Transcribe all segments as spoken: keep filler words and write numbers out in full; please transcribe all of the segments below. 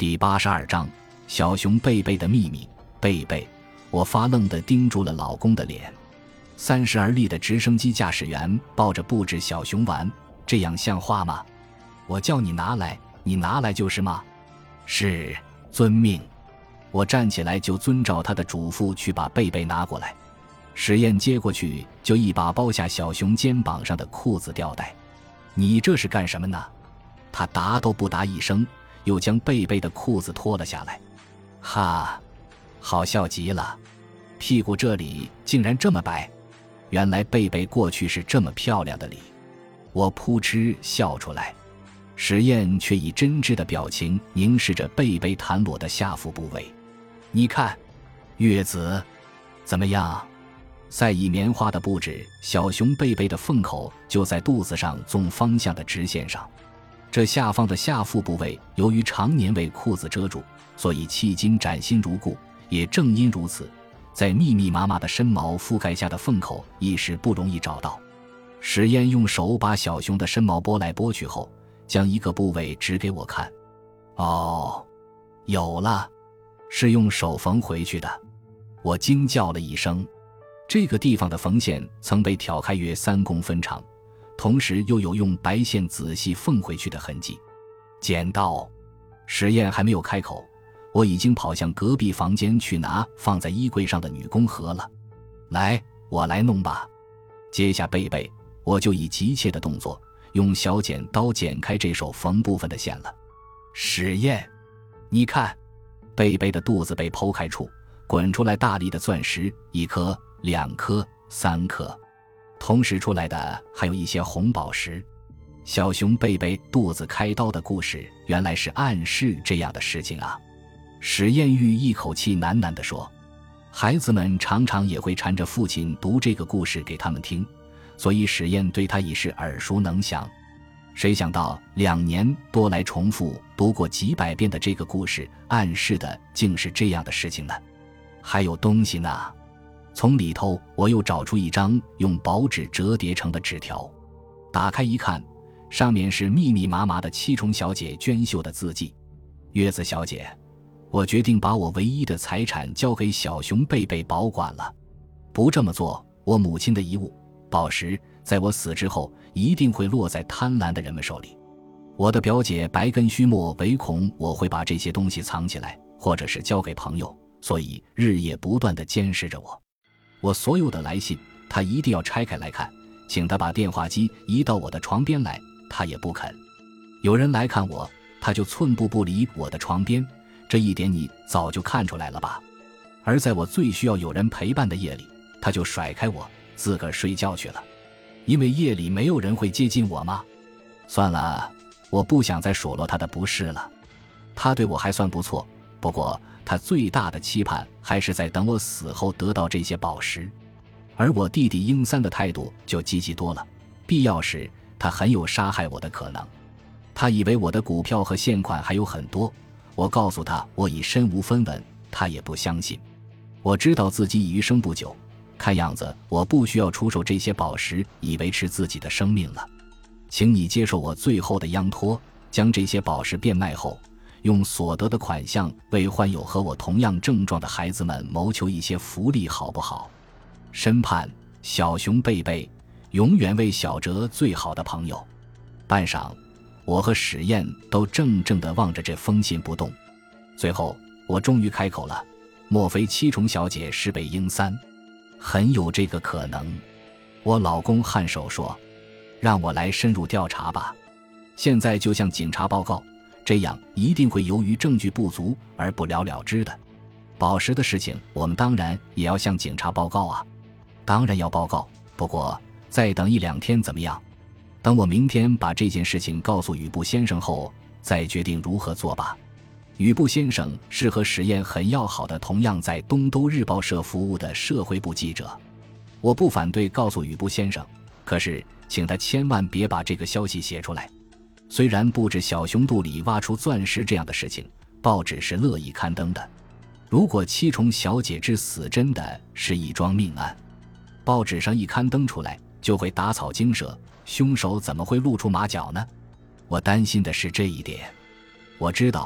第八十二章小熊贝贝的秘密。贝贝，我发愣地盯住了老公的脸。三十而立的直升机驾驶员抱着布置小熊玩，这样像话吗？我叫你拿来，你拿来就是吗？是，遵命。我站起来就遵照他的嘱咐去把贝贝拿过来。史燕接过去就一把剥下小熊肩膀上的裤子吊带。你这是干什么呢？他答都不答一声，又将贝贝的裤子脱了下来。哈，好笑极了，屁股这里竟然这么白，原来贝贝过去是这么漂亮的里。我扑哧笑出来，史燕却以真挚的表情凝视着贝贝袒裸的下腹部位。你看，月子怎么样？赛以棉花的布置，小熊贝贝的缝口就在肚子上纵方向的直线上。这下方的下腹部位由于常年为裤子遮住，所以迄今崭新如故。也正因如此，在密密麻麻的深毛覆盖下的缝口一时不容易找到。史燕用手把小熊的深毛拨来拨去后，将一个部位指给我看。哦，有了，是用手缝回去的。我惊叫了一声。这个地方的缝线曾被挑开约三公分长，同时又有用白线仔细缝回去的痕迹。剪刀。史燕还没有开口，我已经跑向隔壁房间去拿放在衣柜上的女工盒了。来，我来弄吧。接下贝贝，我就以急切的动作用小剪刀剪开这手缝部分的线了。史燕，你看，贝贝的肚子被剖开处滚出来大粒的钻石，一颗、两颗、三颗，同时出来的还有一些红宝石。小熊贝贝肚子开刀的故事原来是暗示这样的事情啊。史艳玉一口气喃喃地说，孩子们常常也会缠着父亲读这个故事给他们听，所以史艳对他已是耳熟能详。谁想到两年多来重复读过几百遍的这个故事，暗示的竟是这样的事情呢？还有东西呢。从里头我又找出一张用薄纸折叠成的纸条，打开一看，上面是密密麻麻的七重小姐娟秀的字迹。月子小姐，我决定把我唯一的财产交给小熊贝贝保管了。不这么做，我母亲的遗物宝石在我死之后一定会落在贪婪的人们手里。我的表姐白根须墨唯恐我会把这些东西藏起来，或者是交给朋友，所以日夜不断地监视着我。我所有的来信她一定要拆开来看，请她把电话机移到我的床边来，她也不肯。有人来看我，她就寸步不离我的床边，这一点你早就看出来了吧？而在我最需要有人陪伴的夜里，她就甩开我自个儿睡觉去了。因为夜里没有人会接近我吗？算了，我不想再数落她的不是了。她对我还算不错，不过她最大的期盼还是在等我死后得到这些宝石。而我弟弟英三的态度就积极多了，必要时他很有杀害我的可能。他以为我的股票和现款还有很多，我告诉他我已身无分文，他也不相信。我知道自己已余生不久，看样子我不需要出售这些宝石以维持自己的生命了。请你接受我最后的央托，将这些宝石变卖后，用所得的款项为患有和我同样症状的孩子们谋求一些福利，好不好？深盼小熊贝贝永远为小哲最好的朋友。半晌，我和史燕都怔怔地望着这封信不动。最后我终于开口了，莫非七重小姐是被英三？很有这个可能。我老公颔首说，让我来深入调查吧，现在就向警察报告，这样一定会由于证据不足而不了了之的。宝石的事情我们当然也要向警察报告啊。当然要报告，不过再等一两天怎么样？等我明天把这件事情告诉宇部先生后，再决定如何做吧。宇部先生是和史燕很要好的，同样在东都日报社服务的社会部记者。我不反对告诉宇部先生，可是请他千万别把这个消息写出来。虽然不止小熊肚里挖出钻石这样的事情，报纸是乐意刊登的。如果七重小姐之死真的是一桩命案，报纸上一刊登出来就会打草惊蛇，凶手怎么会露出马脚呢？我担心的是这一点。我知道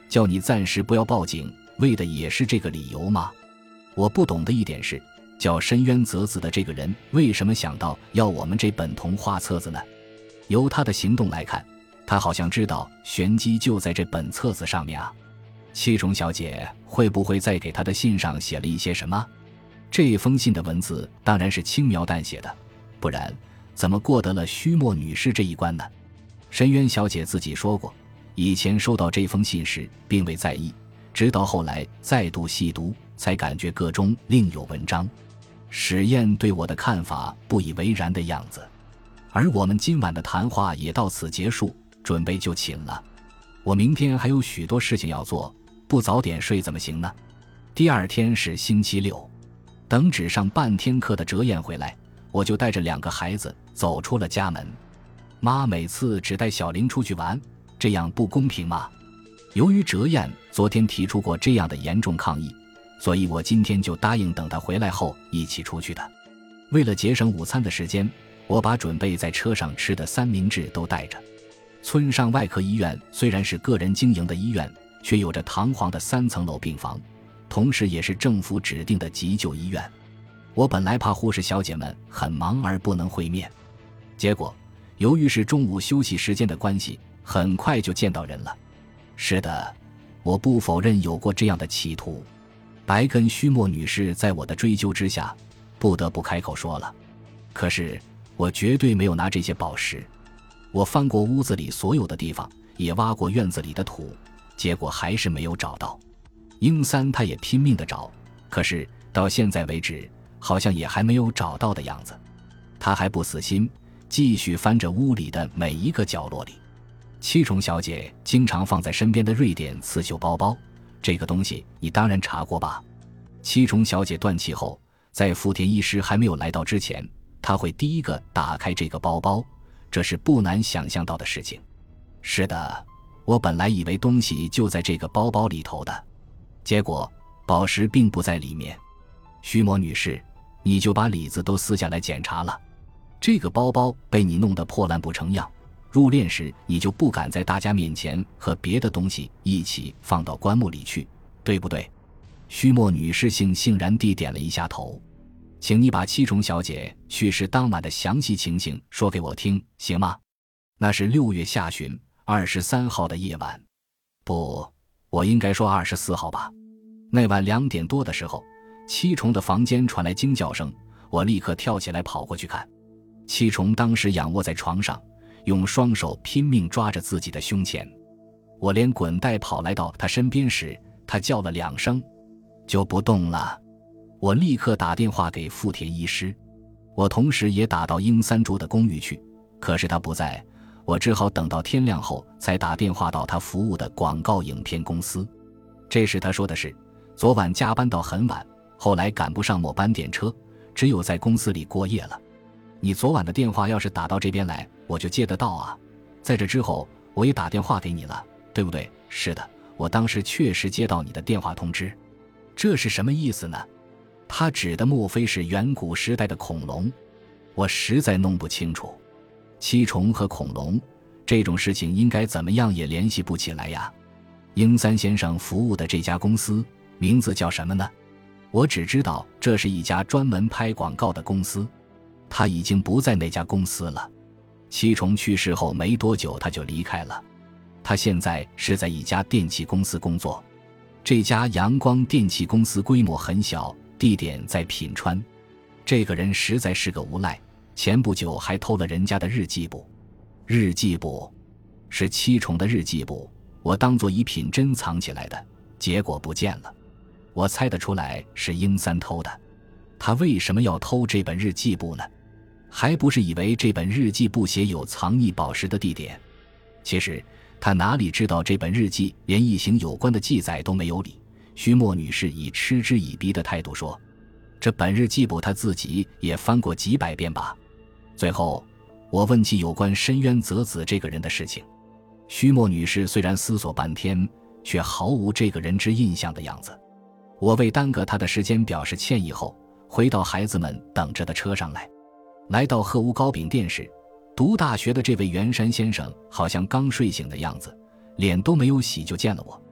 叫你暂时不要报警，为的也是这个理由吗？我不懂的一点是，叫深渊泽子的这个人为什么想到要我们这本童话册子呢？由他的行动来看，他好像知道玄机就在这本册子上面啊。七重小姐会不会在给他的信上写了一些什么？这封信的文字当然是轻描淡写的，不然怎么过得了须墨女士这一关呢？深渊小姐自己说过，以前收到这封信时并未在意，直到后来再度细读，才感觉个中另有文章。史燕对我的看法不以为然的样子。而我们今晚的谈话也到此结束，准备就寝了。我明天还有许多事情要做，不早点睡怎么行呢？第二天是星期六，等只上半天课的哲燕回来，我就带着两个孩子走出了家门。妈每次只带小玲出去玩，这样不公平吗？由于哲燕昨天提出过这样的严重抗议，所以我今天就答应等她回来后一起出去的。为了节省午餐的时间，我把准备在车上吃的三明治都带着。村上外科医院虽然是个人经营的医院，却有着堂皇的三层楼病房，同时也是政府指定的急救医院。我本来怕护士小姐们很忙而不能会面，结果由于是中午休息时间的关系，很快就见到人了。是的，我不否认有过这样的企图。白根须墨女士在我的追究之下，不得不开口说了。可是我绝对没有拿这些宝石。我翻过屋子里所有的地方，也挖过院子里的土，结果还是没有找到。英三他也拼命地找，可是到现在为止好像也还没有找到的样子。他还不死心，继续翻着屋里的每一个角落里。七重小姐经常放在身边的瑞典刺绣包包，这个东西你当然查过吧？七重小姐断气后，在福田医师还没有来到之前，她会第一个打开这个包包，这是不难想象到的事情。是的，我本来以为东西就在这个包包里头的，结果宝石并不在里面。须磨女士，你就把里子都撕下来检查了。这个包包被你弄得破烂不成样，入殓时你就不敢在大家面前和别的东西一起放到棺木里去，对不对？须磨女士悻悻然地点了一下头。请你把七重小姐去世当晚的详细情形说给我听，行吗？那是六月下旬二十三号的夜晚，不，我应该说二十四号吧。那晚两点多的时候，七重的房间传来惊叫声，我立刻跳起来跑过去看。七重当时仰卧在床上，用双手拼命抓着自己的胸前。我连滚带跑来到他身边时，他叫了两声，就不动了。我立刻打电话给富田医师，我同时也打到英三竹的公寓去，可是他不在，我只好等到天亮后才打电话到他服务的广告影片公司。这时他说的是，昨晚加班到很晚，后来赶不上末班电车，只有在公司里过夜了。你昨晚的电话要是打到这边来，我就接得到啊。在这之后我也打电话给你了，对不对？是的，我当时确实接到你的电话通知。这是什么意思呢？他指的莫非是远古时代的恐龙？我实在弄不清楚。七重和恐龙这种事情应该怎么样也联系不起来呀。英三先生服务的这家公司名字叫什么呢？我只知道这是一家专门拍广告的公司，他已经不在那家公司了。七重去世后没多久他就离开了，他现在是在一家电器公司工作。这家阳光电器公司规模很小，地点在品川。这个人实在是个无赖，前不久还偷了人家的日记簿。日记簿是七重的日记簿，我当作一品珍藏起来的，结果不见了。我猜得出来是英三偷的。他为什么要偷这本日记簿呢？还不是以为这本日记簿写有藏匿宝石的地点。其实他哪里知道这本日记连一行有关的记载都没有理。须墨女士以嗤之以鼻的态度说，这本日记簿他自己也翻过几百遍吧。最后我问起有关深渊泽子这个人的事情，须墨女士虽然思索半天，却毫无这个人之印象的样子。我为耽搁他的时间表示歉意后，回到孩子们等着的车上来。来到鹤屋糕饼店时，读大学的这位袁山先生好像刚睡醒的样子，脸都没有洗就见了我。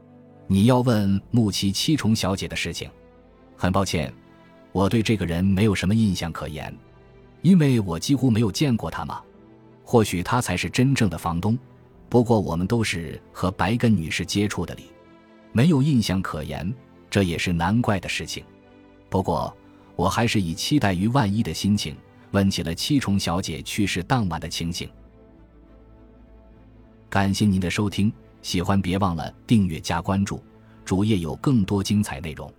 你要问木崎七重小姐的事情？很抱歉，我对这个人没有什么印象可言，因为我几乎没有见过她嘛。或许她才是真正的房东，不过我们都是和白根女士接触的里，没有印象可言，这也是难怪的事情。不过我还是以期待于万一的心情问起了七重小姐去世当晚的情形。感谢您的收听，喜欢别忘了订阅加关注，主页有更多精彩内容。